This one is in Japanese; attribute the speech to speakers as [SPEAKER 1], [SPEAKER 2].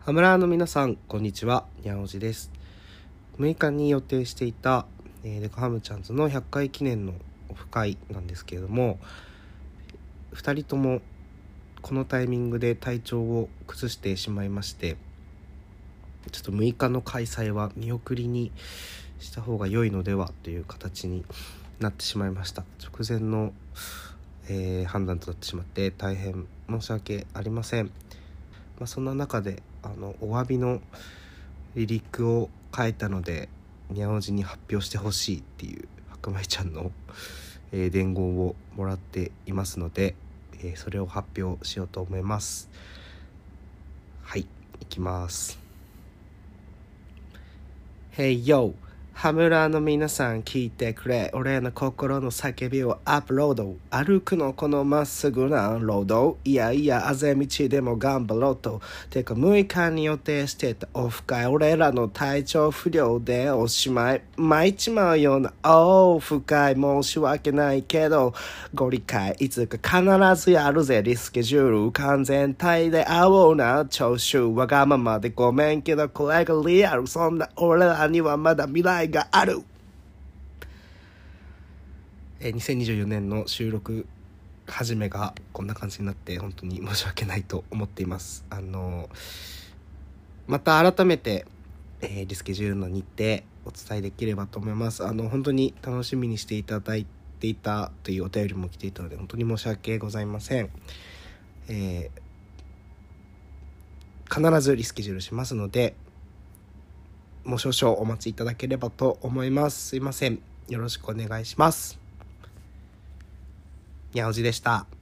[SPEAKER 1] ハムラーの皆さんこんにちは、にゃおじです。6日に予定していた、デカハムチャンズの100回記念のオフ会なんですけれども、2人ともこのタイミングで体調を崩してしまいまして、ちょっと6日の開催は見送りにした方が良いのではという形になってしまいました。直前の、判断となってしまって大変申し訳ありません。そんな中でお詫びのリリックを変えたので、にゃおじに発表してほしいっていう白米ちゃんの、伝言をもらっていますので、それを発表しようと思います。はい、いきます。Hey yo、ハムラーの皆さん聞いてくれ。俺の心の叫びをアップロード。歩くのこのまっすぐなロード。いやいや、あぜ道でも頑張ろうと。てか6日に予定してたオフ会。俺らの体調不良でおしまい。巻いちまうようなオフ会。申し訳ないけど、ご理解。いつか必ずやるぜ、リスケジュール。完全体で会おうな、聴取。わがままでごめんけど、これがリアル。そんな俺らにはまだ未来がある。2024年の収録始めがこんな感じになって本当に申し訳ないと思っています。また改めて、リスケジュールの日程お伝えできればと思います。本当に楽しみにしていただいていたというお便りも来ていたので本当に申し訳ございません。必ずリスケジュールしますので、もう少々お待ちいただければと思います。すいません。よろしくお願いします。にゃおじでした。